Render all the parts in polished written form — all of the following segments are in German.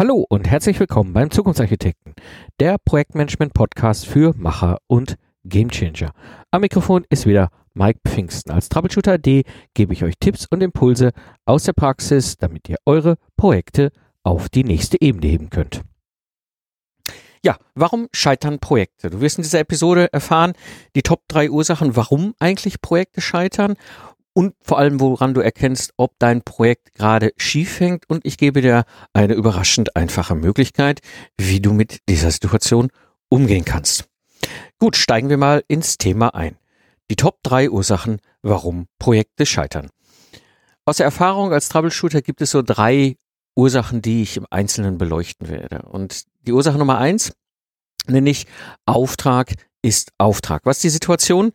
Hallo und herzlich willkommen beim Zukunftsarchitekten, der Projektmanagement-Podcast für Macher und Gamechanger. Am Mikrofon ist wieder Mike Pfingsten. Als Troubleshooter AD gebe ich euch Tipps und Impulse aus der Praxis, damit ihr eure Projekte auf die nächste Ebene heben könnt. Ja, warum scheitern Projekte? Du wirst in dieser Episode erfahren, die Top 3 Ursachen, warum eigentlich Projekte scheitern und vor allem, woran du erkennst, ob dein Projekt gerade schief hängt. Und ich gebe dir eine überraschend einfache Möglichkeit, wie du mit dieser Situation umgehen kannst. Gut, steigen wir mal ins Thema ein. Die Top 3 Ursachen, warum Projekte scheitern. Aus der Erfahrung als Troubleshooter gibt es so 3 Ursachen, die ich im Einzelnen beleuchten werde. Und die Ursache Nummer 1 nenne ich Auftrag ist Auftrag. Was ist die Situation?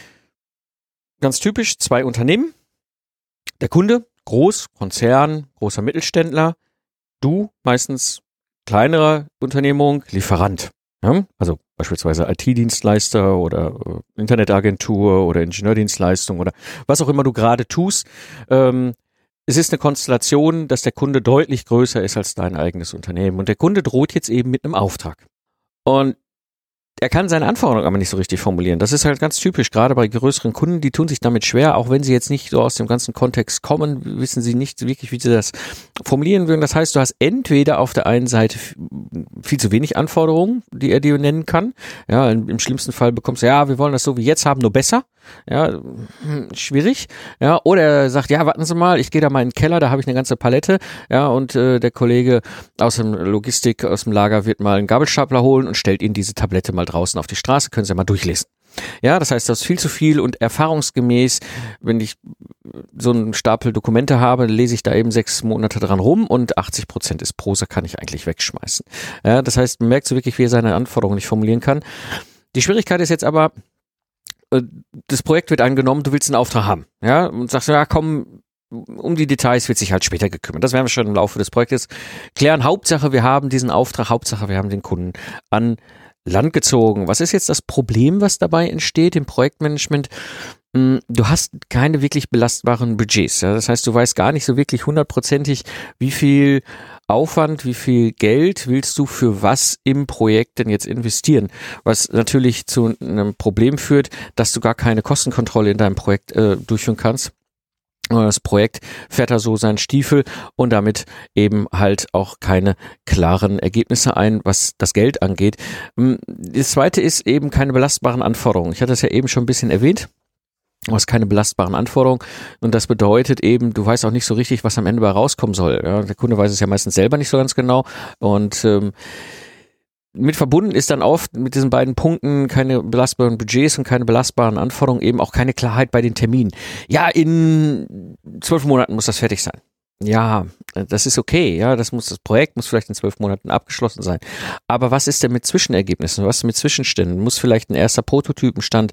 Ganz typisch, 2 Unternehmen. Der Kunde, groß, Konzern, großer Mittelständler. Du, meistens kleinere Unternehmung, Lieferant. Ja? Also beispielsweise IT-Dienstleister oder Internetagentur oder Ingenieurdienstleistung oder was auch immer du gerade tust. Es ist eine Konstellation, dass der Kunde deutlich größer ist als dein eigenes Unternehmen. Und der Kunde droht jetzt eben mit einem Auftrag. Und er kann seine Anforderungen aber nicht so richtig formulieren. Das ist halt ganz typisch, gerade bei größeren Kunden, die tun sich damit schwer, auch wenn sie jetzt nicht so aus dem ganzen Kontext kommen, wissen sie nicht wirklich, wie sie das formulieren würden. Das heißt, du hast entweder auf der einen Seite viel zu wenig Anforderungen, die er dir nennen kann. Ja, im schlimmsten Fall bekommst du, ja, wir wollen das so wie jetzt haben, nur besser. Ja, schwierig. Ja, oder er sagt, ja, warten Sie mal, ich gehe da mal in den Keller, da habe ich eine ganze Palette. Ja, und der Kollege aus dem Logistik, aus dem Lager wird mal einen Gabelstapler holen und stellt Ihnen diese Tablette mal draußen auf die Straße, können Sie ja mal durchlesen. Ja, das heißt, das ist viel zu viel und erfahrungsgemäß, wenn ich so einen Stapel Dokumente habe, lese ich da eben 6 Monate dran rum und 80% ist Prosa, kann ich eigentlich wegschmeißen. Ja, das heißt, man merkt so wirklich, wie er seine Anforderungen nicht formulieren kann. Die Schwierigkeit ist jetzt aber, das Projekt wird angenommen, du willst einen Auftrag haben, ja, und sagst, ja komm, um die Details wird sich halt später gekümmert. Das werden wir schon im Laufe des Projektes klären. Hauptsache, wir haben diesen Auftrag, Hauptsache, wir haben den Kunden an Land gezogen. Was ist jetzt das Problem, was dabei entsteht im Projektmanagement? Du hast keine wirklich belastbaren Budgets. Ja? Das heißt, du weißt gar nicht so wirklich 100%ig, wie viel Aufwand, wie viel Geld willst du für was im Projekt denn jetzt investieren? Was natürlich zu einem Problem führt, dass du gar keine Kostenkontrolle in deinem Projekt durchführen kannst. Das Projekt fährt da so seinen Stiefel und damit eben halt auch keine klaren Ergebnisse ein, was das Geld angeht. Das zweite ist eben keine belastbaren Anforderungen. Ich hatte es ja eben schon ein bisschen erwähnt. Du hast keine belastbaren Anforderungen und das bedeutet eben, du weißt auch nicht so richtig, was am Ende bei rauskommen soll. Ja, der Kunde weiß es ja meistens selber nicht so ganz genau und mit verbunden ist dann oft mit diesen beiden Punkten keine belastbaren Budgets und keine belastbaren Anforderungen, eben auch keine Klarheit bei den Terminen. Ja, in 12 Monaten muss das fertig sein. Ja, das ist okay, ja, das Projekt muss vielleicht in 12 Monaten abgeschlossen sein. Aber was ist denn mit Zwischenergebnissen? Was ist mit Zwischenständen? Muss vielleicht ein erster Prototypenstand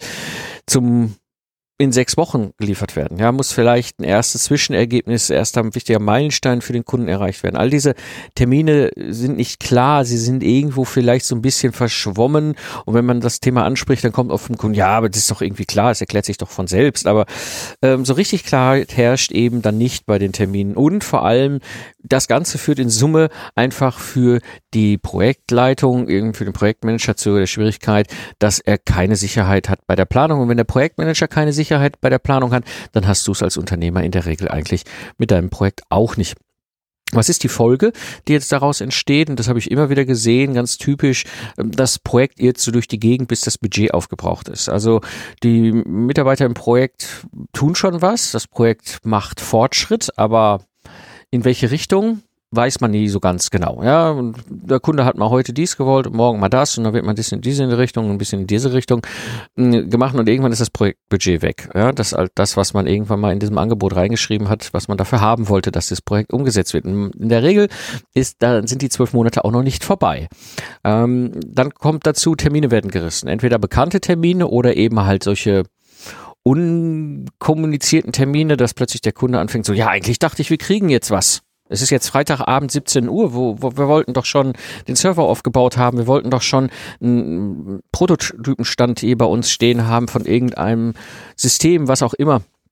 in 6 Wochen geliefert werden. Ja, muss vielleicht ein erstes Zwischenergebnis, erster wichtiger Meilenstein für den Kunden erreicht werden. All diese Termine sind nicht klar, sie sind irgendwo vielleicht so ein bisschen verschwommen und wenn man das Thema anspricht, dann kommt auf den Kunden, ja, aber das ist doch irgendwie klar, es erklärt sich doch von selbst, aber so richtig Klarheit herrscht eben dann nicht bei den Terminen und vor allem das Ganze führt in Summe einfach für die Projektleitung, für den Projektmanager zu der Schwierigkeit, dass er keine Sicherheit hat bei der Planung und wenn der Projektmanager keine Sicherheit bei der Planung hat, dann hast du es als Unternehmer in der Regel eigentlich mit deinem Projekt auch nicht. Was ist die Folge, die jetzt daraus entsteht? Und das habe ich immer wieder gesehen, ganz typisch, das Projekt irrt so durch die Gegend, bis das Budget aufgebraucht ist. Also die Mitarbeiter im Projekt tun schon was, das Projekt macht Fortschritt, aber in welche Richtung? Weiß man nie so ganz genau. Ja, und der Kunde hat mal heute dies gewollt und morgen mal das und dann wird man das in diese Richtung, ein bisschen in diese Richtung gemacht und irgendwann ist das Projektbudget weg. Ja, das ist halt das, was man irgendwann mal in diesem Angebot reingeschrieben hat, was man dafür haben wollte, dass das Projekt umgesetzt wird. Und in der Regel sind die 12 Monate auch noch nicht vorbei. Dann kommt dazu, Termine werden gerissen. Entweder bekannte Termine oder eben halt solche unkommunizierten Termine, dass plötzlich der Kunde anfängt so, ja, eigentlich dachte ich, wir kriegen jetzt was. Es ist jetzt Freitagabend 17 Uhr, wo wir wollten doch schon den Server aufgebaut haben, wir wollten doch schon einen Prototypenstand hier bei uns stehen haben von irgendeinem System, was auch immer.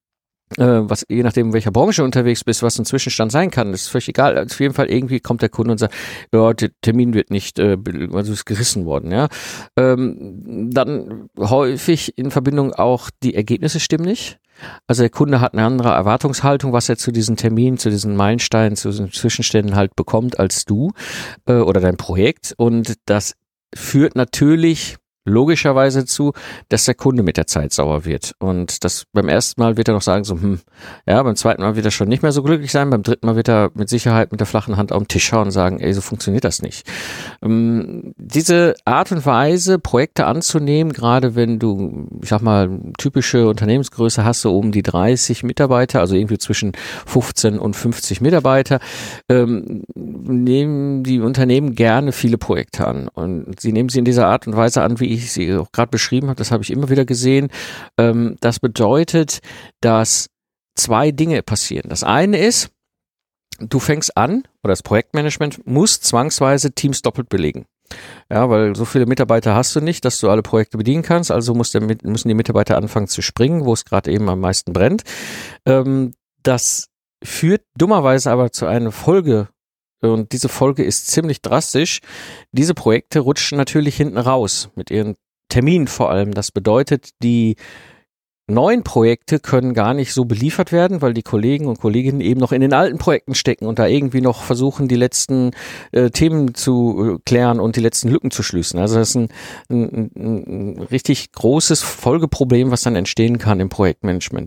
was je nachdem, in welcher Branche du unterwegs bist, was ein Zwischenstand sein kann, ist völlig egal. Auf jeden Fall irgendwie kommt der Kunde und sagt, ja, der Termin wird nicht, also ist gerissen worden, ja. Dann häufig in Verbindung auch die Ergebnisse stimmen nicht. Also der Kunde hat eine andere Erwartungshaltung, was er zu diesen Terminen, zu diesen Meilensteinen, zu diesen Zwischenständen halt bekommt als du oder dein Projekt. Und das führt natürlich logischerweise zu, dass der Kunde mit der Zeit sauer wird. Und das beim ersten Mal wird er noch sagen so, ja, beim zweiten Mal wird er schon nicht mehr so glücklich sein, beim dritten Mal wird er mit Sicherheit mit der flachen Hand auf den Tisch schauen und sagen, ey, so funktioniert das nicht. Diese Art und Weise, Projekte anzunehmen, gerade wenn du, ich sag mal, typische Unternehmensgröße hast, so um die 30 Mitarbeiter, also irgendwie zwischen 15 und 50 Mitarbeiter, nehmen die Unternehmen gerne viele Projekte an. Und sie nehmen sie in dieser Art und Weise an, wie ich sie auch gerade beschrieben habe, das habe ich immer wieder gesehen. Das bedeutet, dass zwei Dinge passieren. Das eine ist, du fängst an, oder das Projektmanagement muss zwangsweise Teams doppelt belegen. Ja, weil so viele Mitarbeiter hast du nicht, dass du alle Projekte bedienen kannst, also müssen die Mitarbeiter anfangen zu springen, wo es gerade eben am meisten brennt. Das führt dummerweise aber zu einer Folge, und diese Folge ist ziemlich drastisch. Diese Projekte rutschen natürlich hinten raus, mit ihren Terminen vor allem. Das bedeutet, die neuen Projekte können gar nicht so beliefert werden, weil die Kollegen und Kolleginnen eben noch in den alten Projekten stecken und da irgendwie noch versuchen, die letzten Themen zu klären und die letzten Lücken zu schließen. Also das ist ein richtig großes Folgeproblem, was dann entstehen kann im Projektmanagement.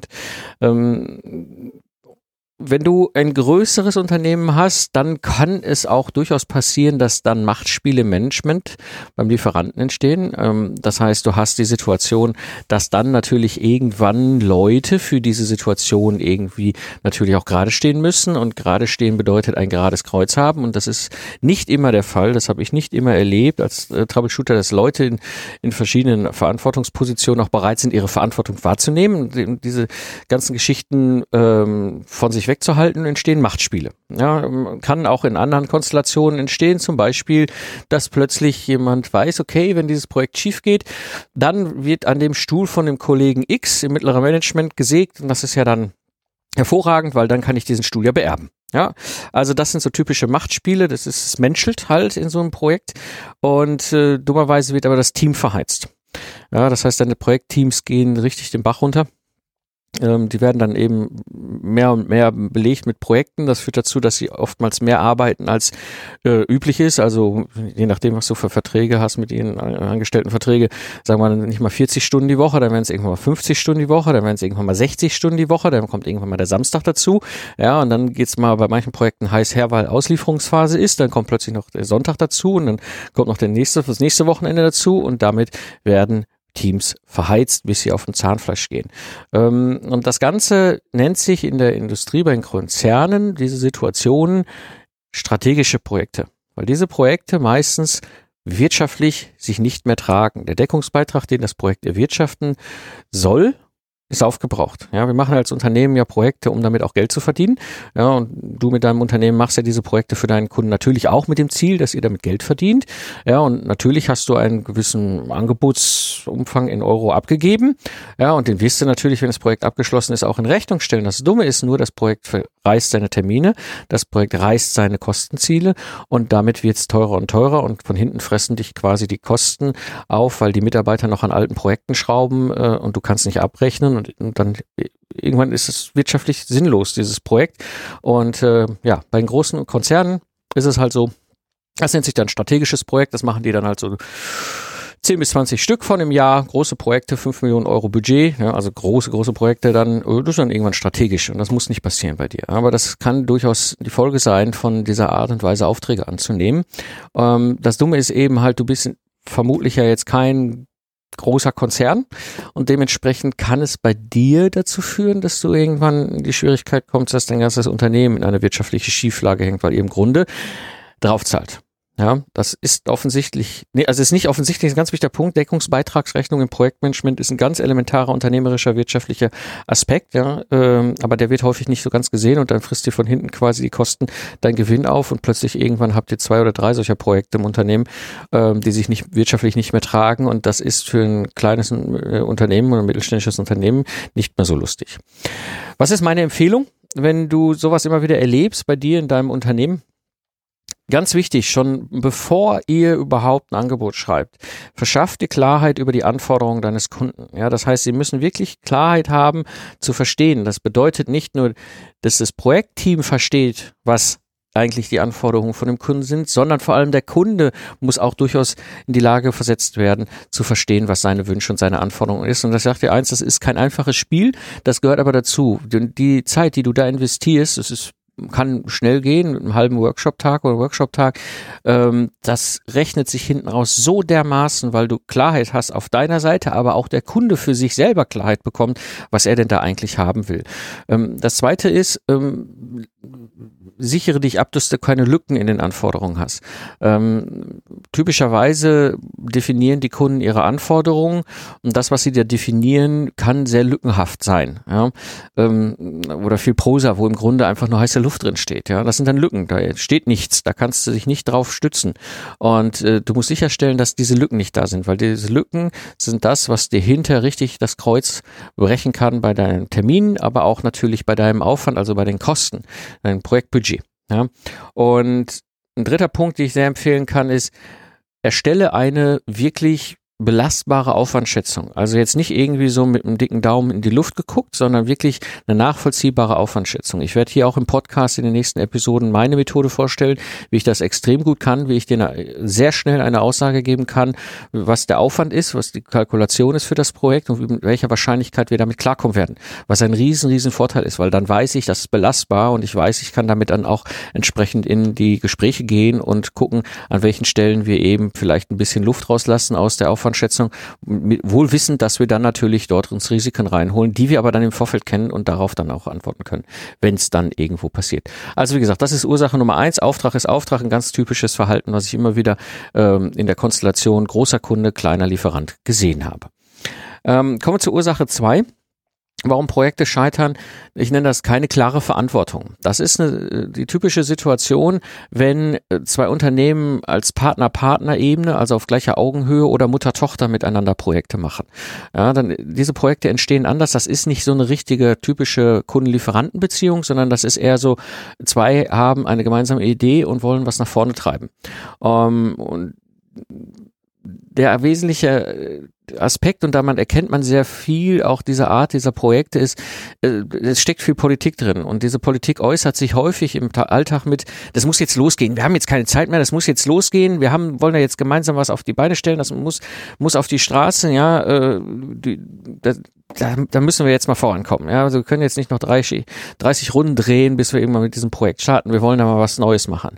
Wenn du ein größeres Unternehmen hast, dann kann es auch durchaus passieren, dass dann Machtspiele im Management beim Lieferanten entstehen. Das heißt, du hast die Situation, dass dann natürlich irgendwann Leute für diese Situation irgendwie natürlich auch gerade stehen müssen, und gerade stehen bedeutet ein gerades Kreuz haben, und das ist nicht immer der Fall. Das habe ich nicht immer erlebt als Troubleshooter, dass Leute in verschiedenen Verantwortungspositionen auch bereit sind, ihre Verantwortung wahrzunehmen. Diese ganzen Geschichten von sich wegzuhalten, entstehen Machtspiele. Ja, kann auch in anderen Konstellationen entstehen, zum Beispiel, dass plötzlich jemand weiß, okay, wenn dieses Projekt schief geht, dann wird an dem Stuhl von dem Kollegen X im mittleren Management gesägt, und das ist ja dann hervorragend, weil dann kann ich diesen Stuhl ja beerben. Ja, also das sind so typische Machtspiele, es menschelt halt in so einem Projekt, und dummerweise wird aber das Team verheizt. Ja, das heißt, deine Projektteams gehen richtig den Bach runter. Die werden dann eben mehr und mehr belegt mit Projekten. Das führt dazu, dass sie oftmals mehr arbeiten als üblich ist. Also je nachdem, was du für Verträge hast mit ihren Angestelltenverträge, sagen wir nicht mal 40 Stunden die Woche, dann werden es irgendwann mal 50 Stunden die Woche, dann werden es irgendwann mal 60 Stunden die Woche, dann kommt irgendwann mal der Samstag dazu. Ja, und dann geht's mal bei manchen Projekten heiß her, weil Auslieferungsphase ist. Dann kommt plötzlich noch der Sonntag dazu, und dann kommt noch das nächste Wochenende dazu, und damit werden Teams verheizt, bis sie auf dem Zahnfleisch gehen. Und das Ganze nennt sich in der Industrie bei den Konzernen, diese Situationen, strategische Projekte, weil diese Projekte meistens wirtschaftlich sich nicht mehr tragen. Der Deckungsbeitrag, den das Projekt erwirtschaften soll, ist aufgebraucht. Ja, wir machen als Unternehmen ja Projekte, um damit auch Geld zu verdienen. Ja, und du mit deinem Unternehmen machst ja diese Projekte für deinen Kunden natürlich auch mit dem Ziel, dass ihr damit Geld verdient. Ja, und natürlich hast du einen gewissen Angebotsumfang in Euro abgegeben. Ja, und den wirst du natürlich, wenn das Projekt abgeschlossen ist, auch in Rechnung stellen. Das Dumme ist nur, das Projekt reißt seine Termine, das Projekt reißt seine Kostenziele, und damit wird es teurer und teurer, und von hinten fressen dich quasi die Kosten auf, weil die Mitarbeiter noch an alten Projekten schrauben, und du kannst nicht abrechnen. Und dann irgendwann ist es wirtschaftlich sinnlos, dieses Projekt. Und ja, bei den großen Konzernen ist es halt so, das nennt sich dann strategisches Projekt, das machen die dann halt so 10 bis 20 Stück von im Jahr, große Projekte, 5 Millionen Euro Budget, ja, also große Projekte, dann, das ist dann irgendwann strategisch, und das muss nicht passieren bei dir. Aber das kann durchaus die Folge sein, von dieser Art und Weise Aufträge anzunehmen. Das Dumme ist eben halt, du bist vermutlich ja jetzt kein großer Konzern, und dementsprechend kann es bei dir dazu führen, dass du irgendwann in die Schwierigkeit kommst, dass dein ganzes Unternehmen in eine wirtschaftliche Schieflage hängt, weil ihr im Grunde drauf zahlt. Ja, das ist offensichtlich, ist nicht offensichtlich, ein ganz wichtiger Punkt. Deckungsbeitragsrechnung im Projektmanagement ist ein ganz elementarer unternehmerischer, wirtschaftlicher Aspekt, ja, aber der wird häufig nicht so ganz gesehen, und dann frisst dir von hinten quasi die Kosten dein Gewinn auf, und plötzlich irgendwann habt ihr 2 oder 3 solcher Projekte im Unternehmen, die sich wirtschaftlich nicht mehr tragen, und das ist für ein kleines Unternehmen oder ein mittelständisches Unternehmen nicht mehr so lustig. Was ist meine Empfehlung, wenn du sowas immer wieder erlebst bei dir in deinem Unternehmen? Ganz wichtig, schon bevor ihr überhaupt ein Angebot schreibt, verschafft dir Klarheit über die Anforderungen deines Kunden. Ja, das heißt, sie müssen wirklich Klarheit haben zu verstehen. Das bedeutet nicht nur, dass das Projektteam versteht, was eigentlich die Anforderungen von dem Kunden sind, sondern vor allem der Kunde muss auch durchaus in die Lage versetzt werden, zu verstehen, was seine Wünsche und seine Anforderungen ist. Und das sagt dir eins, das ist kein einfaches Spiel, das gehört aber dazu. Die Zeit, die du da investierst, kann schnell gehen, mit einem halben Workshop-Tag oder Workshop-Tag, das rechnet sich hinten raus so dermaßen, weil du Klarheit hast auf deiner Seite, aber auch der Kunde für sich selber Klarheit bekommt, was er denn da eigentlich haben will. Das Zweite ist, sichere dich ab, dass du keine Lücken in den Anforderungen hast. Typischerweise definieren die Kunden ihre Anforderungen und das, was sie da definieren, kann sehr lückenhaft sein. Ja? Oder viel Prosa, wo im Grunde einfach nur heiße Luft drin steht. Ja? Das sind dann Lücken, da steht nichts, da kannst du dich nicht drauf stützen. Und du musst sicherstellen, dass diese Lücken nicht da sind, weil diese Lücken sind das, was dir hinterher richtig das Kreuz brechen kann bei deinen Terminen, aber auch natürlich bei deinem Aufwand, also bei den Kosten, deinem Projektbudget. Ja? Und ein dritter Punkt, den ich sehr empfehlen kann, ist, erstelle eine wirklich belastbare Aufwandschätzung. Also jetzt nicht irgendwie so mit einem dicken Daumen in die Luft geguckt, sondern wirklich eine nachvollziehbare Aufwandschätzung. Ich werde hier auch im Podcast in den nächsten Episoden meine Methode vorstellen, wie ich das extrem gut kann, wie ich dir sehr schnell eine Aussage geben kann, was der Aufwand ist, was die Kalkulation ist für das Projekt und mit welcher Wahrscheinlichkeit wir damit klarkommen werden. Was ein riesen Vorteil ist, weil dann weiß ich, das ist belastbar und ich weiß, ich kann damit dann auch entsprechend in die Gespräche gehen und gucken, an welchen Stellen wir eben vielleicht ein bisschen Luft rauslassen aus der Aufwandschätzung, wohl wissend, dass wir dann natürlich dort uns Risiken reinholen, die wir aber dann im Vorfeld kennen und darauf dann auch antworten können, wenn es dann irgendwo passiert. Also wie gesagt, das ist Ursache Nummer 1. Auftrag ist Auftrag, ein ganz typisches Verhalten, was ich immer wieder in der Konstellation großer Kunde, kleiner Lieferant gesehen habe. Kommen wir zur Ursache 2. Warum Projekte scheitern? Ich nenne das keine klare Verantwortung. Das ist die typische Situation, wenn zwei Unternehmen als Partner-Partner-Ebene, also auf gleicher Augenhöhe oder Mutter-Tochter miteinander Projekte machen. Ja, dann diese Projekte entstehen anders. Das ist nicht so eine richtige typische Kunden-Lieferanten-Beziehung, sondern das ist eher so, zwei haben eine gemeinsame Idee und wollen was nach vorne treiben. Und der wesentliche Aspekt, und daran erkennt man sehr viel, auch diese Art dieser Projekte ist, es steckt viel Politik drin und diese Politik äußert sich häufig im Alltag mit, das muss jetzt losgehen, wir haben jetzt keine Zeit mehr, das muss jetzt losgehen, wollen ja jetzt gemeinsam was auf die Beine stellen, das muss auf die Straße, ja, da müssen wir jetzt mal vorankommen. Ja, also wir können jetzt nicht noch 30 Runden drehen, bis wir irgendwann mit diesem Projekt starten. Wir wollen da mal was Neues machen.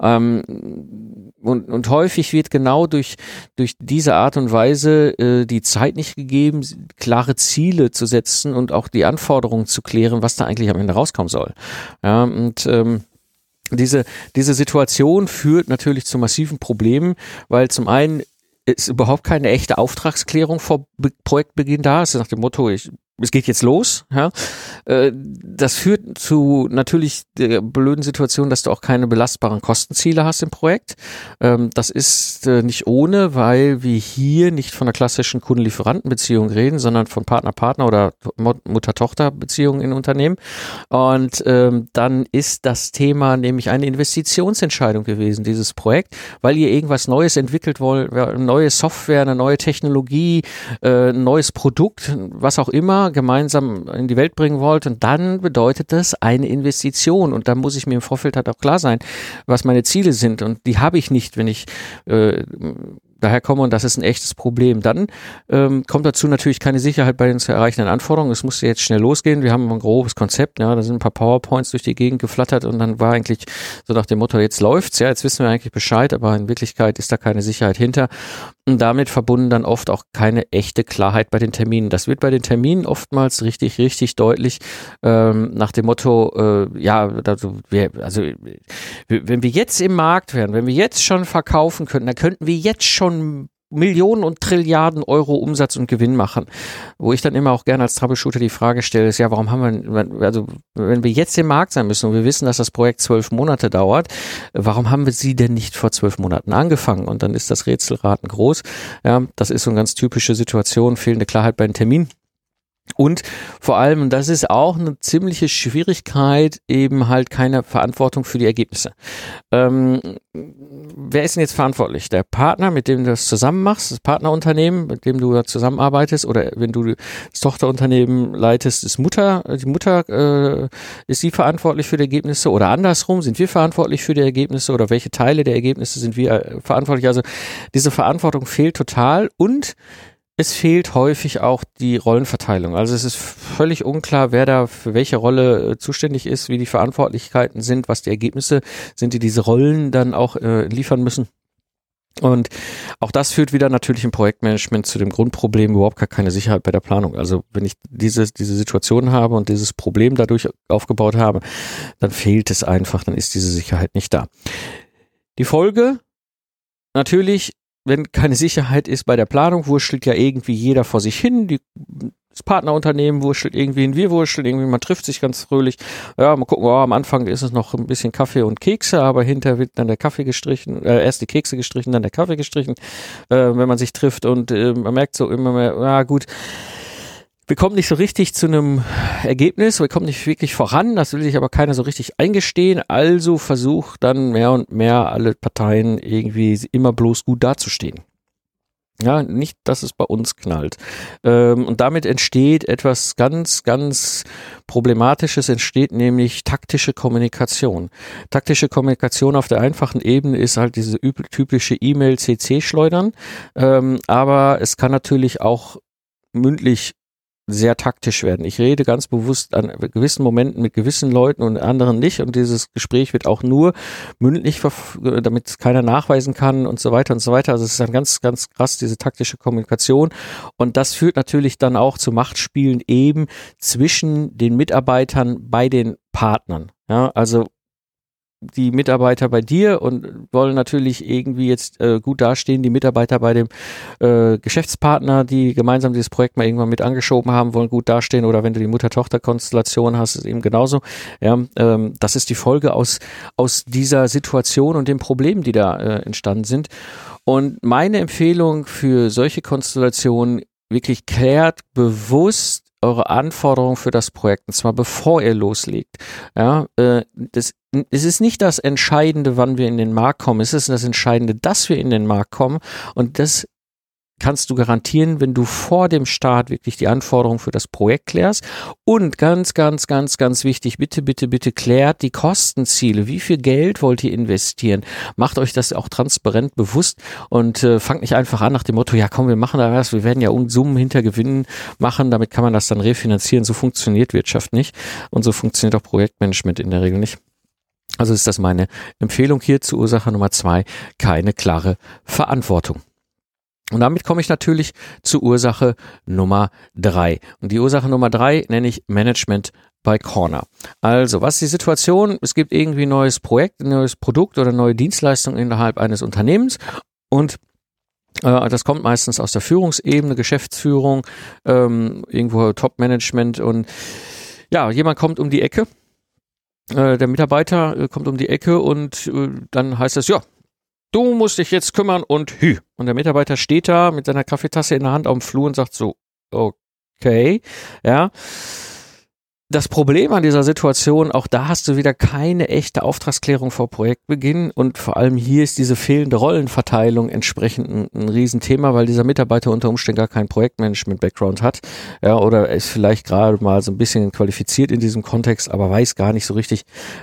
Und häufig wird genau durch diese Art und Weise die Zeit nicht gegeben, klare Ziele zu setzen und auch die Anforderungen zu klären, was da eigentlich am Ende rauskommen soll. Ja, und diese Situation führt natürlich zu massiven Problemen, weil zum einen ist überhaupt keine echte Auftragsklärung vor Projektbeginn da. Es ist nach dem Motto, es geht jetzt los. Ja. Das führt zu natürlich der blöden Situation, dass du auch keine belastbaren Kostenziele hast im Projekt. Das ist nicht ohne, weil wir hier nicht von einer klassischen Kunden-Lieferanten-Beziehung reden, sondern von Partner-Partner oder Mutter-Tochter-Beziehungen in Unternehmen. Und dann ist das Thema nämlich eine Investitionsentscheidung gewesen, dieses Projekt, weil ihr irgendwas Neues entwickelt wollt, eine neue Software, eine neue Technologie, ein neues Produkt, was auch immer, gemeinsam in die Welt bringen wollt, und dann bedeutet das eine Investition, und da muss ich mir im Vorfeld halt auch klar sein, was meine Ziele sind, und die habe ich nicht, wenn ich daher komme, und das ist ein echtes Problem. Dann kommt dazu natürlich keine Sicherheit bei den zu erreichenden Anforderungen. Es musste jetzt schnell losgehen. Wir haben ein grobes Konzept, ja, da sind ein paar PowerPoints durch die Gegend geflattert und dann war eigentlich so nach dem Motto, jetzt läuft's, ja, jetzt wissen wir eigentlich Bescheid, aber in Wirklichkeit ist da keine Sicherheit hinter. Und damit verbunden dann oft auch keine echte Klarheit bei den Terminen. Das wird bei den Terminen oftmals richtig deutlich nach dem Motto, wenn wir jetzt im Markt wären, wenn wir jetzt schon verkaufen könnten, dann könnten wir jetzt schon Millionen und Trilliarden Euro Umsatz und Gewinn machen. Wo ich dann immer auch gerne als Troubleshooter die Frage stelle, ist ja, warum haben wir, also wenn wir jetzt im Markt sein müssen und wir wissen, dass das Projekt 12 Monate dauert, warum haben wir sie denn nicht vor 12 Monaten angefangen? Und dann ist das Rätselraten groß. Ja, das ist so eine ganz typische Situation, fehlende Klarheit bei den Terminen. Und vor allem, und das ist auch eine ziemliche Schwierigkeit, eben halt keine Verantwortung für die Ergebnisse. Wer ist denn jetzt verantwortlich? Der Partner, mit dem du das zusammen machst, das Partnerunternehmen, mit dem du zusammenarbeitest, oder wenn du das Tochterunternehmen leitest, die Mutter ist sie verantwortlich für die Ergebnisse, oder andersrum, sind wir verantwortlich für die Ergebnisse, oder welche Teile der Ergebnisse sind wir verantwortlich? Also diese Verantwortung fehlt total, und es fehlt häufig auch die Rollenverteilung. Also es ist völlig unklar, wer da für welche Rolle zuständig ist, wie die Verantwortlichkeiten sind, was die Ergebnisse sind, die diese Rollen dann auch liefern müssen. Und auch das führt wieder natürlich im Projektmanagement zu dem Grundproblem, überhaupt gar keine Sicherheit bei der Planung. Also wenn ich diese Situation habe und dieses Problem dadurch aufgebaut habe, dann fehlt es einfach, dann ist diese Sicherheit nicht da. Die Folge natürlich, wenn keine Sicherheit ist bei der Planung, wurschtelt ja irgendwie jeder vor sich hin. Das Partnerunternehmen wurschtelt irgendwie hin, wir wursteln irgendwie, man trifft sich ganz fröhlich. Ja, mal gucken, am Anfang ist es noch ein bisschen Kaffee und Kekse, aber hinterher wird dann der Kaffee gestrichen, erst die Kekse gestrichen, dann der Kaffee gestrichen, wenn man sich trifft, und man merkt so immer mehr, gut, wir kommen nicht so richtig zu einem Ergebnis, wir kommen nicht wirklich voran, das will sich aber keiner so richtig eingestehen, also versucht dann mehr und mehr alle Parteien irgendwie immer bloß gut dazustehen. Ja, nicht, dass es bei uns knallt. Und damit entsteht etwas ganz, ganz Problematisches, entsteht nämlich taktische Kommunikation. Taktische Kommunikation auf der einfachen Ebene ist halt diese typische E-Mail-CC-Schleudern, aber es kann natürlich auch mündlich sehr taktisch werden. Ich rede ganz bewusst an gewissen Momenten mit gewissen Leuten und anderen nicht, und dieses Gespräch wird auch nur mündlich, damit keiner nachweisen kann und so weiter und so weiter. Also es ist dann ganz, ganz krass, diese taktische Kommunikation, und das führt natürlich dann auch zu Machtspielen eben zwischen den Mitarbeitern bei den Partnern. Ja, also die Mitarbeiter bei dir und wollen natürlich irgendwie jetzt gut dastehen. Die Mitarbeiter bei dem Geschäftspartner, die gemeinsam dieses Projekt mal irgendwann mit angeschoben haben, wollen gut dastehen. Oder wenn du die Mutter-Tochter-Konstellation hast, ist eben genauso. Ja, das ist die Folge aus dieser Situation und den Problemen, die da entstanden sind. Und meine Empfehlung für solche Konstellationen: wirklich klärt bewusst eure Anforderungen für das Projekt, und zwar bevor ihr loslegt. Ja, es ist nicht das Entscheidende, wann wir in den Markt kommen, es ist das Entscheidende, dass wir in den Markt kommen, und das kannst du garantieren, wenn du vor dem Start wirklich die Anforderungen für das Projekt klärst. Und ganz, ganz, ganz, ganz wichtig, bitte, bitte, bitte klärt die Kostenziele. Wie viel Geld wollt ihr investieren? Macht euch das auch transparent bewusst und fangt nicht einfach an nach dem Motto, ja komm, wir machen da was, wir werden ja Summen hinter Gewinnen machen, damit kann man das dann refinanzieren. So funktioniert Wirtschaft nicht, und so funktioniert auch Projektmanagement in der Regel nicht. Also ist das meine Empfehlung hier zu Ursache Nummer 2, keine klare Verantwortung. Und damit komme ich natürlich zu Ursache Nummer 3. Und die Ursache Nummer 3 nenne ich Management by Corner. Also, was ist die Situation? Es gibt irgendwie ein neues Projekt, ein neues Produkt oder neue Dienstleistung innerhalb eines Unternehmens, und das kommt meistens aus der Führungsebene, Geschäftsführung, irgendwo Top-Management, und ja, jemand kommt um die Ecke, der Mitarbeiter kommt um die Ecke, und dann heißt es, ja, du musst dich jetzt kümmern und Und der Mitarbeiter steht da mit seiner Kaffeetasse in der Hand auf dem Flur und sagt so, okay, ja. Das Problem an dieser Situation, auch da hast du wieder keine echte Auftragsklärung vor Projektbeginn, und vor allem hier ist diese fehlende Rollenverteilung entsprechend ein Riesenthema, weil dieser Mitarbeiter unter Umständen gar keinen Projektmanagement-Background hat, ja, oder ist vielleicht gerade mal so ein bisschen qualifiziert in diesem Kontext, aber weiß gar nicht so richtig,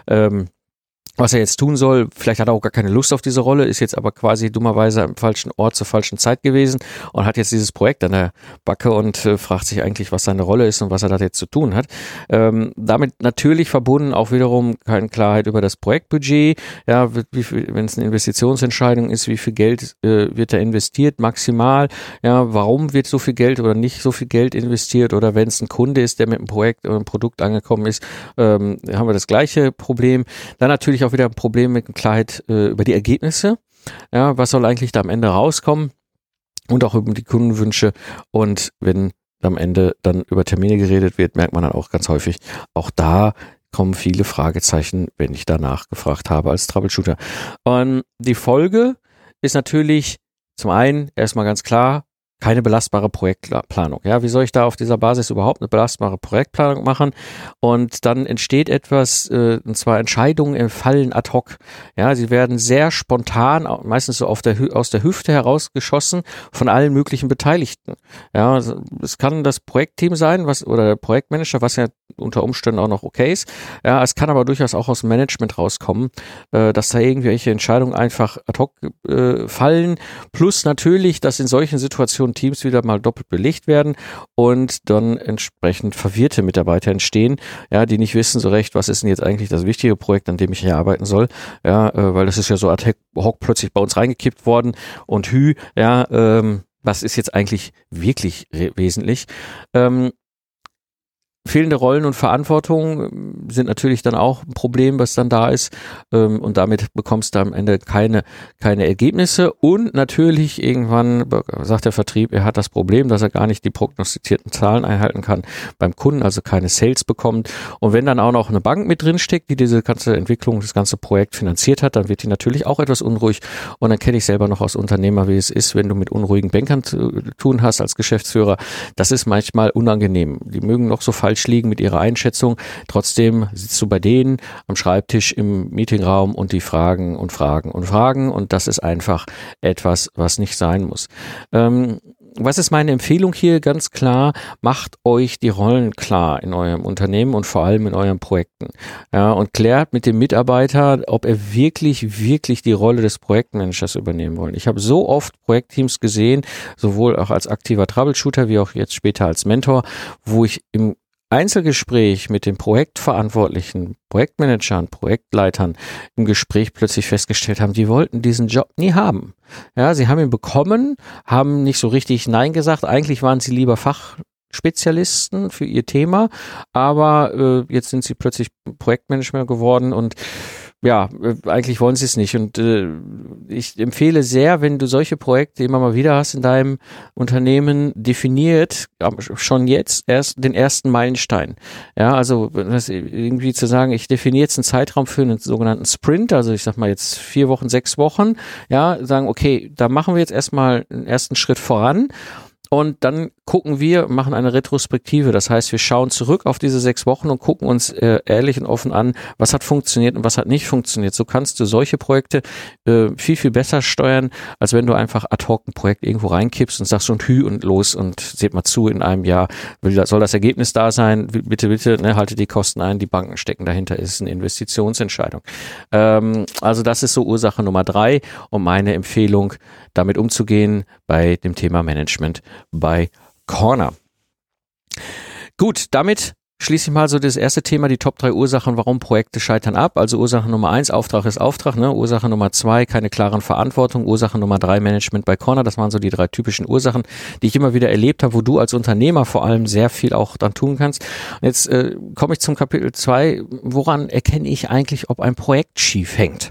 was er jetzt tun soll. Vielleicht hat er auch gar keine Lust auf diese Rolle, ist jetzt aber quasi dummerweise am falschen Ort zur falschen Zeit gewesen und hat jetzt dieses Projekt an der Backe und fragt sich eigentlich, was seine Rolle ist und was er da jetzt zu tun hat. Damit natürlich verbunden auch wiederum keine Klarheit über das Projektbudget. Ja, wenn es eine Investitionsentscheidung ist, wie viel Geld wird da investiert, maximal. Ja, warum wird so viel Geld oder nicht so viel Geld investiert, oder wenn es ein Kunde ist, der mit einem Projekt oder einem Produkt angekommen ist, haben wir das gleiche Problem. Dann natürlich auch wieder ein Problem mit Klarheit über die Ergebnisse. Ja, was soll eigentlich da am Ende rauskommen? Und auch über die Kundenwünsche. Und wenn am Ende dann über Termine geredet wird, merkt man dann auch ganz häufig, auch da kommen viele Fragezeichen, wenn ich danach gefragt habe als Troubleshooter. Und die Folge ist natürlich zum einen erstmal ganz klar, keine belastbare Projektplanung. Ja, wie soll ich da auf dieser Basis überhaupt eine belastbare Projektplanung machen? Und dann entsteht etwas, und zwar Entscheidungen fallen ad hoc. Ja, sie werden sehr spontan, meistens so aus der Hüfte herausgeschossen von allen möglichen Beteiligten. Ja, also es kann das Projektteam sein, oder der Projektmanager, was ja unter Umständen auch noch okay ist. Ja, es kann aber durchaus auch aus dem Management rauskommen, dass da irgendwelche Entscheidungen einfach ad hoc fallen. Plus natürlich, dass in solchen Situationen Teams wieder mal doppelt belegt werden und dann entsprechend verwirrte Mitarbeiter entstehen, ja, die nicht wissen so recht, was ist denn jetzt eigentlich das wichtige Projekt, an dem ich hier arbeiten soll. Ja, weil das ist ja so ad hoc plötzlich bei uns reingekippt worden und was ist jetzt eigentlich wirklich wesentlich? Fehlende Rollen und Verantwortung sind natürlich dann auch ein Problem, was dann da ist, und damit bekommst du am Ende keine Ergebnisse und natürlich irgendwann sagt der Vertrieb, er hat das Problem, dass er gar nicht die prognostizierten Zahlen einhalten kann beim Kunden, also keine Sales bekommt, und wenn dann auch noch eine Bank mit drin steckt, die diese ganze Entwicklung, das ganze Projekt finanziert hat, dann wird die natürlich auch etwas unruhig und dann kenne ich selber noch als Unternehmer, wie es ist, wenn du mit unruhigen Bankern zu tun hast als Geschäftsführer, das ist manchmal unangenehm, die mögen noch so falsch liegen mit ihrer Einschätzung. Trotzdem sitzt du bei denen am Schreibtisch im Meetingraum und die fragen und das ist einfach etwas, was nicht sein muss. Was ist meine Empfehlung hier? Ganz klar, macht euch die Rollen klar in eurem Unternehmen und vor allem in euren Projekten. Ja, und klärt mit dem Mitarbeiter, ob er wirklich die Rolle des Projektmanagers übernehmen will. Ich habe so oft Projektteams gesehen, sowohl auch als aktiver Troubleshooter wie auch jetzt später als Mentor, wo ich im Einzelgespräch mit den Projektverantwortlichen, Projektmanagern, Projektleitern im Gespräch plötzlich festgestellt haben, die wollten diesen Job nie haben. Ja, sie haben ihn bekommen, haben nicht so richtig Nein gesagt. Eigentlich waren sie lieber Fachspezialisten für ihr Thema, aber jetzt sind sie plötzlich Projektmanager geworden und ja, eigentlich wollen sie es nicht und ich empfehle sehr, wenn du solche Projekte immer mal wieder hast in deinem Unternehmen, definiert schon jetzt erst den ersten Meilenstein. Ja, also das irgendwie zu sagen, ich definiere jetzt einen Zeitraum für einen sogenannten Sprint, also ich sag mal jetzt 4 Wochen, 6 Wochen, ja, sagen, okay, da machen wir jetzt erstmal einen ersten Schritt voran. Und dann machen eine Retrospektive. Das heißt, wir schauen zurück auf diese 6 Wochen und gucken uns ehrlich und offen an, was hat funktioniert und was hat nicht funktioniert. So kannst du solche Projekte viel besser steuern, als wenn du einfach ad hoc ein Projekt irgendwo reinkippst und sagst und und los und seht mal zu, in einem Jahr soll das Ergebnis da sein. Bitte, ne, haltet die Kosten ein, die Banken stecken dahinter, ist eine Investitionsentscheidung. Also das ist so Ursache Nummer 3 und meine Empfehlung, damit umzugehen bei dem Thema Management bei Corner. Gut, damit schließe ich mal so das erste Thema, die Top 3 Ursachen, warum Projekte scheitern ab. Also Ursache Nummer 1, Auftrag ist Auftrag, ne? Ursache Nummer 2, keine klaren Verantwortung. Ursache Nummer 3, Management bei Corner. Das waren so die 3 typischen Ursachen, die ich immer wieder erlebt habe, wo du als Unternehmer vor allem sehr viel auch dann tun kannst. Und jetzt komme ich zum Kapitel 2. Woran erkenne ich eigentlich, ob ein Projekt schief hängt?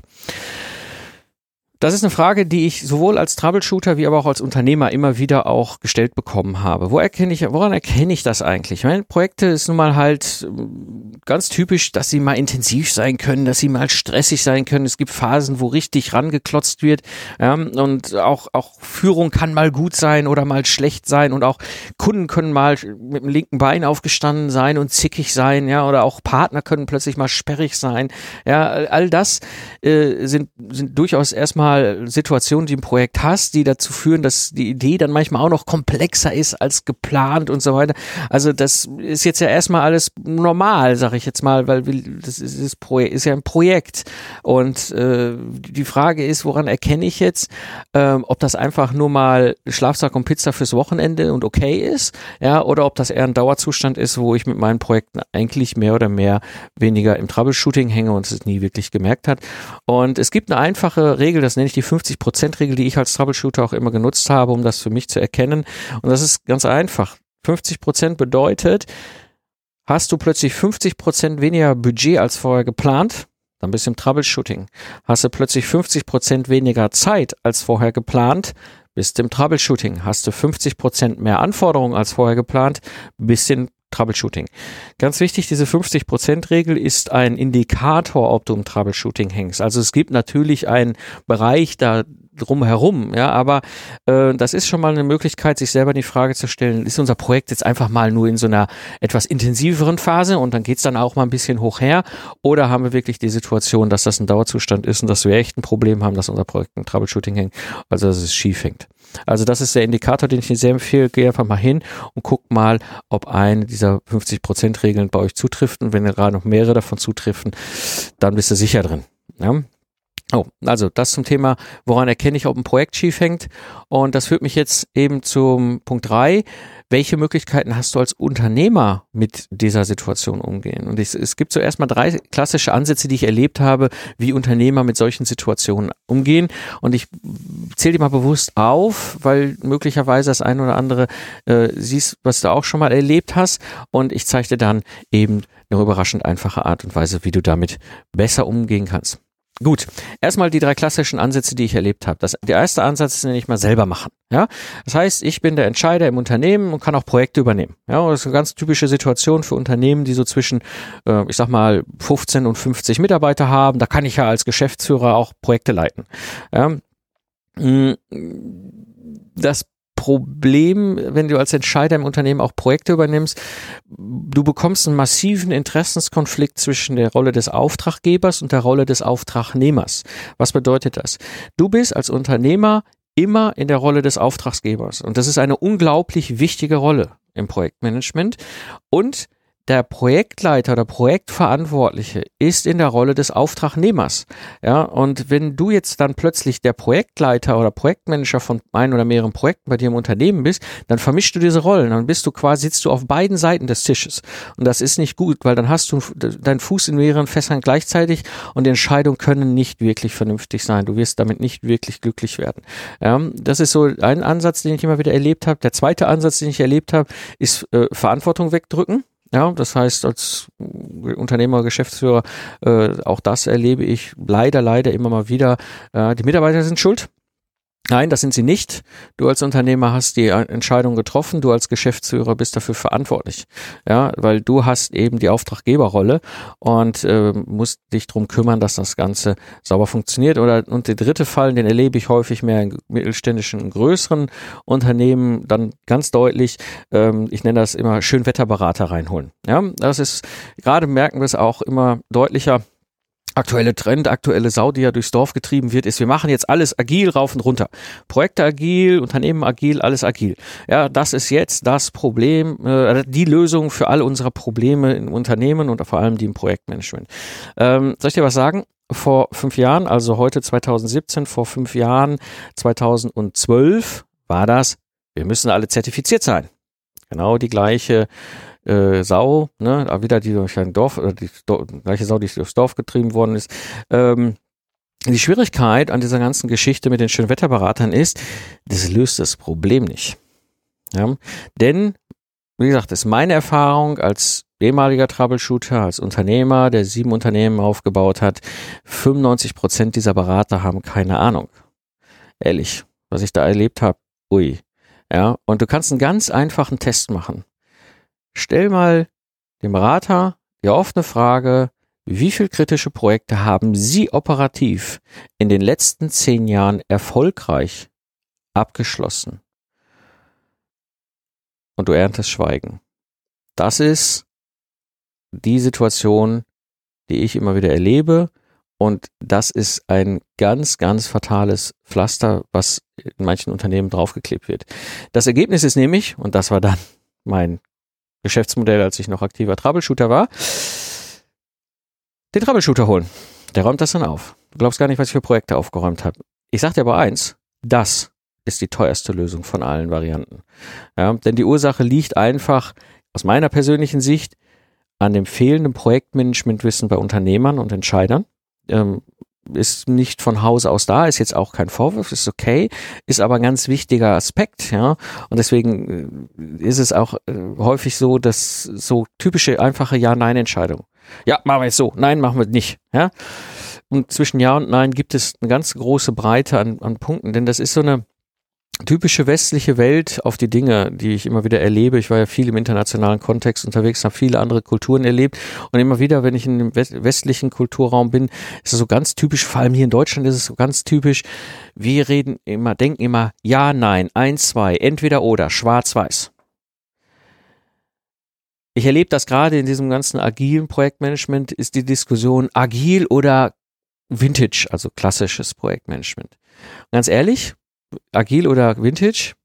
Das ist eine Frage, die ich sowohl als Troubleshooter wie aber auch als Unternehmer immer wieder auch gestellt bekommen habe. Woran erkenne ich das eigentlich? Ich meine, Projekte ist nun mal halt ganz typisch, dass sie mal intensiv sein können, dass sie mal stressig sein können. Es gibt Phasen, wo richtig rangeklotzt wird, ja, und auch Führung kann mal gut sein oder mal schlecht sein und auch Kunden können mal mit dem linken Bein aufgestanden sein und zickig sein, ja, oder auch Partner können plötzlich mal sperrig sein. Ja, all das sind durchaus erstmal Situationen, die ein Projekt hast, die dazu führen, dass die Idee dann manchmal auch noch komplexer ist als geplant und so weiter. Also das ist jetzt ja erstmal alles normal, sage ich jetzt mal, weil das ist ja ein Projekt. Und die Frage ist, woran erkenne ich jetzt, ob das einfach nur mal Schlafsack und Pizza fürs Wochenende und okay ist, ja, oder ob das eher ein Dauerzustand ist, wo ich mit meinen Projekten eigentlich mehr oder weniger im Troubleshooting hänge und es nie wirklich gemerkt hat. Und es gibt eine einfache Regel, das nenne ich die 50%-Regel, die ich als Troubleshooter auch immer genutzt habe, um das für mich zu erkennen. Und das ist ganz einfach. 50% bedeutet, hast du plötzlich 50% weniger Budget als vorher geplant, dann bist du im Troubleshooting. Hast du plötzlich 50% weniger Zeit als vorher geplant, bist du im Troubleshooting. Hast du 50% mehr Anforderungen als vorher geplant, bist du im Troubleshooting. Ganz wichtig, diese 50%-Regel ist ein Indikator, ob du im Troubleshooting hängst. Also es gibt natürlich einen Bereich, da drumherum, ja, aber das ist schon mal eine Möglichkeit, sich selber die Frage zu stellen, ist unser Projekt jetzt einfach mal nur in so einer etwas intensiveren Phase und dann geht's dann auch mal ein bisschen hoch her, oder haben wir wirklich die Situation, dass das ein Dauerzustand ist und dass wir echt ein Problem haben, dass unser Projekt im Troubleshooting hängt, also dass es schief hängt. Also das ist der Indikator, den ich dir sehr empfehle. Geh einfach mal hin und guck mal, ob eine dieser 50%-Regeln bei euch zutrifft. Und wenn gerade noch mehrere davon zutreffen, dann bist du sicher drin. Ja? Oh, also das zum Thema, woran erkenne ich, ob ein Projekt schief hängt. Und das führt mich jetzt eben zum Punkt 3. Welche Möglichkeiten hast du als Unternehmer mit dieser Situation umgehen? Und es gibt zuerst mal 3 klassische Ansätze, die ich erlebt habe, wie Unternehmer mit solchen Situationen umgehen. Und ich zähle die mal bewusst auf, weil möglicherweise das eine oder andere siehst, was du auch schon mal erlebt hast. Und ich zeige dir dann eben eine überraschend einfache Art und Weise, wie du damit besser umgehen kannst. Gut, erstmal die 3 klassischen Ansätze, die ich erlebt habe. Der erste Ansatz ist, nenne ich mal, selber machen. Ja, das heißt, ich bin der Entscheider im Unternehmen und kann auch Projekte übernehmen. Ja, das ist eine ganz typische Situation für Unternehmen, die so zwischen, ich sag mal, 15 und 50 Mitarbeiter haben. Da kann ich ja als Geschäftsführer auch Projekte leiten. Ja, das Problem, wenn du als Entscheider im Unternehmen auch Projekte übernimmst, du bekommst einen massiven Interessenskonflikt zwischen der Rolle des Auftraggebers und der Rolle des Auftragnehmers. Was bedeutet das? Du bist als Unternehmer immer in der Rolle des Auftraggebers und das ist eine unglaublich wichtige Rolle im Projektmanagement, und der Projektleiter oder Projektverantwortliche ist in der Rolle des Auftragnehmers. Ja, und wenn du jetzt dann plötzlich der Projektleiter oder Projektmanager von ein oder mehreren Projekten bei dir im Unternehmen bist, dann vermischst du diese Rollen. Dann sitzt du auf beiden Seiten des Tisches. Und das ist nicht gut, weil dann hast du deinen Fuß in mehreren Fässern gleichzeitig und die Entscheidungen können nicht wirklich vernünftig sein. Du wirst damit nicht wirklich glücklich werden. Ja, das ist so ein Ansatz, den ich immer wieder erlebt habe. Der zweite Ansatz, den ich erlebt habe, ist Verantwortung wegdrücken. Ja, das heißt, als Unternehmer, Geschäftsführer, auch das erlebe ich leider immer mal wieder. Die Mitarbeiter sind schuld. Nein, das sind sie nicht. Du als Unternehmer hast die Entscheidung getroffen, du als Geschäftsführer bist dafür verantwortlich. Ja, weil du hast eben die Auftraggeberrolle und musst dich drum kümmern, dass das Ganze sauber funktioniert. Und der dritte Fall, den erlebe ich häufig mehr in mittelständischen, größeren Unternehmen, dann ganz deutlich, ich nenne das immer Schönwetterberater reinholen. Ja, das ist, gerade merken wir es auch immer deutlicher. Aktuelle Trend, aktuelle Sau, die ja durchs Dorf getrieben wird, ist, wir machen jetzt alles agil rauf und runter. Projekte agil, Unternehmen agil, alles agil. Ja, das ist jetzt das Problem, die Lösung für all unsere Probleme im Unternehmen und vor allem die im Projektmanagement. Soll ich dir was sagen? Vor 5 Jahren, also heute 2017, vor 5 Jahren, 2012, war das, wir müssen alle zertifiziert sein. Genau die gleiche Sau, ne, wieder die durch ein Dorf, oder die gleiche Sau, die durchs Dorf getrieben worden ist. Die Schwierigkeit an dieser ganzen Geschichte mit den Schönwetterberatern ist, das löst das Problem nicht. Ja? Denn, wie gesagt, das ist meine Erfahrung als ehemaliger Troubleshooter, als Unternehmer, der 7 Unternehmen aufgebaut hat, 95% dieser Berater haben keine Ahnung. Ehrlich, was ich da erlebt habe, ui. Ja, und du kannst einen ganz einfachen Test machen. Stell mal dem Berater die offene Frage, wie viele kritische Projekte haben Sie operativ in den letzten 10 Jahren erfolgreich abgeschlossen? Und du erntest Schweigen. Das ist die Situation, die ich immer wieder erlebe, und das ist ein ganz, ganz fatales Pflaster, was in manchen Unternehmen draufgeklebt wird. Das Ergebnis ist nämlich, und das war dann mein Geschäftsmodell, als ich noch aktiver Troubleshooter war, den Troubleshooter holen. Der räumt das dann auf. Du glaubst gar nicht, was ich für Projekte aufgeräumt habe. Ich sag dir aber eins, das ist die teuerste Lösung von allen Varianten. Ja, denn die Ursache liegt einfach aus meiner persönlichen Sicht an dem fehlenden Projektmanagementwissen bei Unternehmern und Entscheidern. Ist nicht von Hause aus da, ist jetzt auch kein Vorwurf, ist okay, ist aber ein ganz wichtiger Aspekt, ja, und deswegen ist es auch häufig so, dass so typische, einfache Ja-Nein-Entscheidungen. Ja, machen wir jetzt so, nein, machen wir nicht, ja. Und zwischen Ja und Nein gibt es eine ganz große Breite an Punkten, denn das ist so eine typische westliche Welt auf die Dinge, die ich immer wieder erlebe. Ich war ja viel im internationalen Kontext unterwegs, habe viele andere Kulturen erlebt und immer wieder, wenn ich in dem westlichen Kulturraum bin, ist es so ganz typisch, vor allem hier in Deutschland ist es so ganz typisch, wir denken immer, ja, nein, 1, 2, entweder oder, schwarz-weiß. Ich erlebe das gerade in diesem ganzen agilen Projektmanagement, ist die Diskussion agil oder Vintage, also klassisches Projektmanagement. Und ganz ehrlich, agil oder Vintage,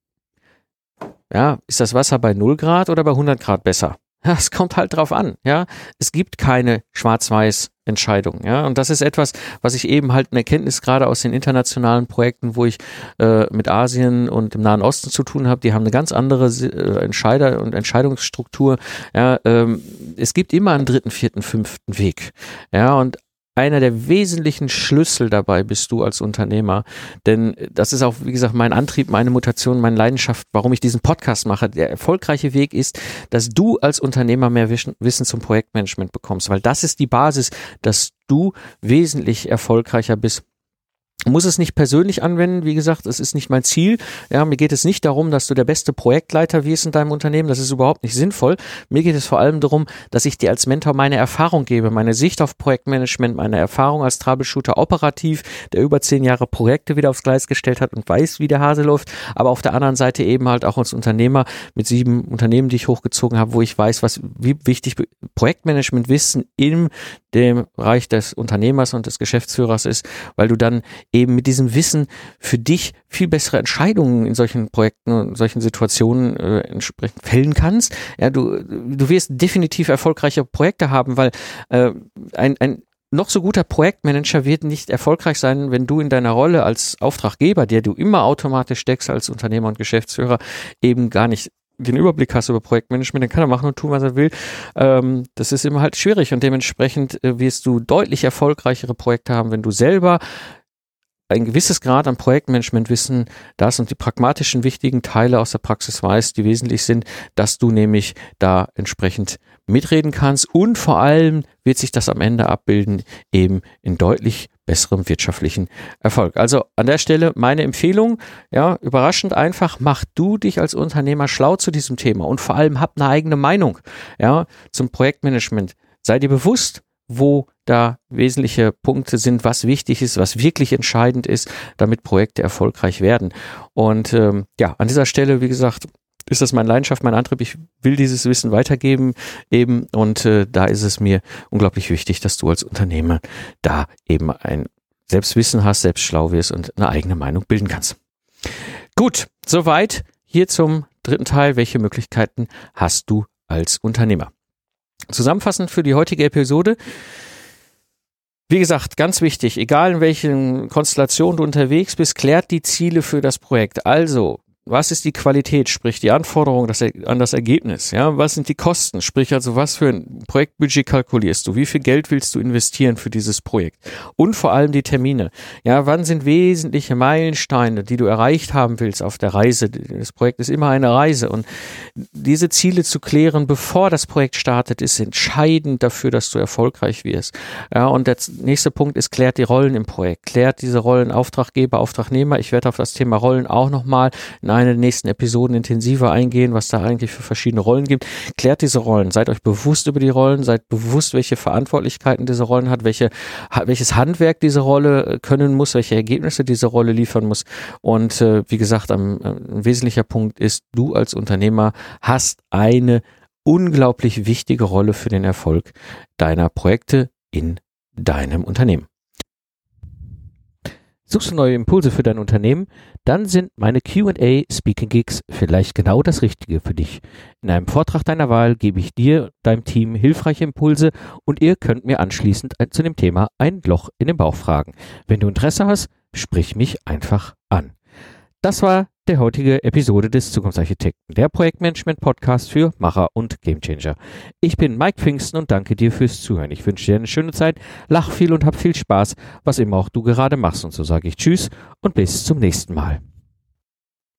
ja, ist das Wasser bei 0 Grad oder bei 100 Grad besser? Ja, es kommt halt drauf an, ja. Es gibt keine Schwarz-Weiß-Entscheidung, ja. Und das ist etwas, was ich eben halt eine Erkenntnis gerade aus den internationalen Projekten, wo ich mit Asien und dem Nahen Osten zu tun habe, die haben eine ganz andere Entscheider- und Entscheidungsstruktur, ja. Es gibt immer einen 3., 4., 5. Weg, ja. Und einer der wesentlichen Schlüssel dabei bist du als Unternehmer, denn das ist auch, wie gesagt, mein Antrieb, meine Mutation, meine Leidenschaft, warum ich diesen Podcast mache. Der erfolgreiche Weg ist, dass du als Unternehmer mehr Wissen zum Projektmanagement bekommst, weil das ist die Basis, dass du wesentlich erfolgreicher bist. Du musst es nicht persönlich anwenden, wie gesagt, es ist nicht mein Ziel. Ja, mir geht es nicht darum, dass du der beste Projektleiter wirst in deinem Unternehmen, das ist überhaupt nicht sinnvoll. Mir geht es vor allem darum, dass ich dir als Mentor meine Erfahrung gebe, meine Sicht auf Projektmanagement, meine Erfahrung als Troubleshooter operativ, der über 10 Jahre Projekte wieder aufs Gleis gestellt hat und weiß, wie der Hase läuft, aber auf der anderen Seite eben halt auch als Unternehmer mit 7 Unternehmen, die ich hochgezogen habe, wo ich weiß, wie wichtig Projektmanagement-Wissen in dem Bereich des Unternehmers und des Geschäftsführers ist, weil du dann eben mit diesem Wissen für dich viel bessere Entscheidungen in solchen Projekten und solchen Situationen entsprechend fällen kannst. Ja, du wirst definitiv erfolgreiche Projekte haben, weil ein noch so guter Projektmanager wird nicht erfolgreich sein, wenn du in deiner Rolle als Auftraggeber, der du immer automatisch deckst als Unternehmer und Geschäftsführer, eben gar nicht den Überblick hast über Projektmanagement, dann kann er machen und tun, was er will. Das ist immer halt schwierig und dementsprechend wirst du deutlich erfolgreichere Projekte haben, wenn du selber ein gewisses Grad an Projektmanagement-Wissen, das und die pragmatischen wichtigen Teile aus der Praxis weißt, die wesentlich sind, dass du nämlich da entsprechend mitreden kannst und vor allem wird sich das am Ende abbilden eben in deutlich besserem wirtschaftlichen Erfolg. Also an der Stelle meine Empfehlung, ja, überraschend einfach, mach du dich als Unternehmer schlau zu diesem Thema und vor allem hab eine eigene Meinung, ja, zum Projektmanagement. Sei dir bewusst, wo da wesentliche Punkte sind, was wichtig ist, was wirklich entscheidend ist, damit Projekte erfolgreich werden. Und ja, an dieser Stelle, wie gesagt, ist das meine Leidenschaft, mein Antrieb. Ich will dieses Wissen weitergeben eben und da ist es mir unglaublich wichtig, dass du als Unternehmer da eben ein Selbstwissen hast, selbst schlau wirst und eine eigene Meinung bilden kannst. Gut, soweit hier zum 3. Teil. Welche Möglichkeiten hast du als Unternehmer? Zusammenfassend für die heutige Episode. Wie gesagt, ganz wichtig, egal in welchen Konstellationen du unterwegs bist, klärt die Ziele für das Projekt. Also, was ist die Qualität, sprich die Anforderung an das Ergebnis? Ja, was sind die Kosten? Sprich also, was für ein Projektbudget kalkulierst du? Wie viel Geld willst du investieren für dieses Projekt? Und vor allem die Termine. Ja, wann sind wesentliche Meilensteine, die du erreicht haben willst auf der Reise? Das Projekt ist immer eine Reise und diese Ziele zu klären, bevor das Projekt startet, ist entscheidend dafür, dass du erfolgreich wirst. Ja, und der nächste Punkt ist, klärt die Rollen im Projekt. Klärt diese Rollen Auftraggeber, Auftragnehmer. Ich werde auf das Thema Rollen auch nochmal in einer der nächsten Episoden intensiver eingehen, was da eigentlich für verschiedene Rollen gibt. Klärt diese Rollen, seid euch bewusst über die Rollen, seid bewusst, welche Verantwortlichkeiten diese Rollen hat, welches Handwerk diese Rolle können muss, welche Ergebnisse diese Rolle liefern muss. Und wie gesagt, ein wesentlicher Punkt ist, du als Unternehmer hast eine unglaublich wichtige Rolle für den Erfolg deiner Projekte in deinem Unternehmen. Suchst du neue Impulse für dein Unternehmen? Dann sind meine Q&A Speaking Gigs vielleicht genau das Richtige für dich. In einem Vortrag deiner Wahl gebe ich dir, deinem Team hilfreiche Impulse und ihr könnt mir anschließend zu dem Thema ein Loch in den Bauch fragen. Wenn du Interesse hast, sprich mich einfach an. Das war der heutige Episode des Zukunftsarchitekten, der Projektmanagement-Podcast für Macher und Gamechanger. Ich bin Mike Pfingsten und danke dir fürs Zuhören. Ich wünsche dir eine schöne Zeit, lach viel und hab viel Spaß, was immer auch du gerade machst. Und so sage ich Tschüss und bis zum nächsten Mal.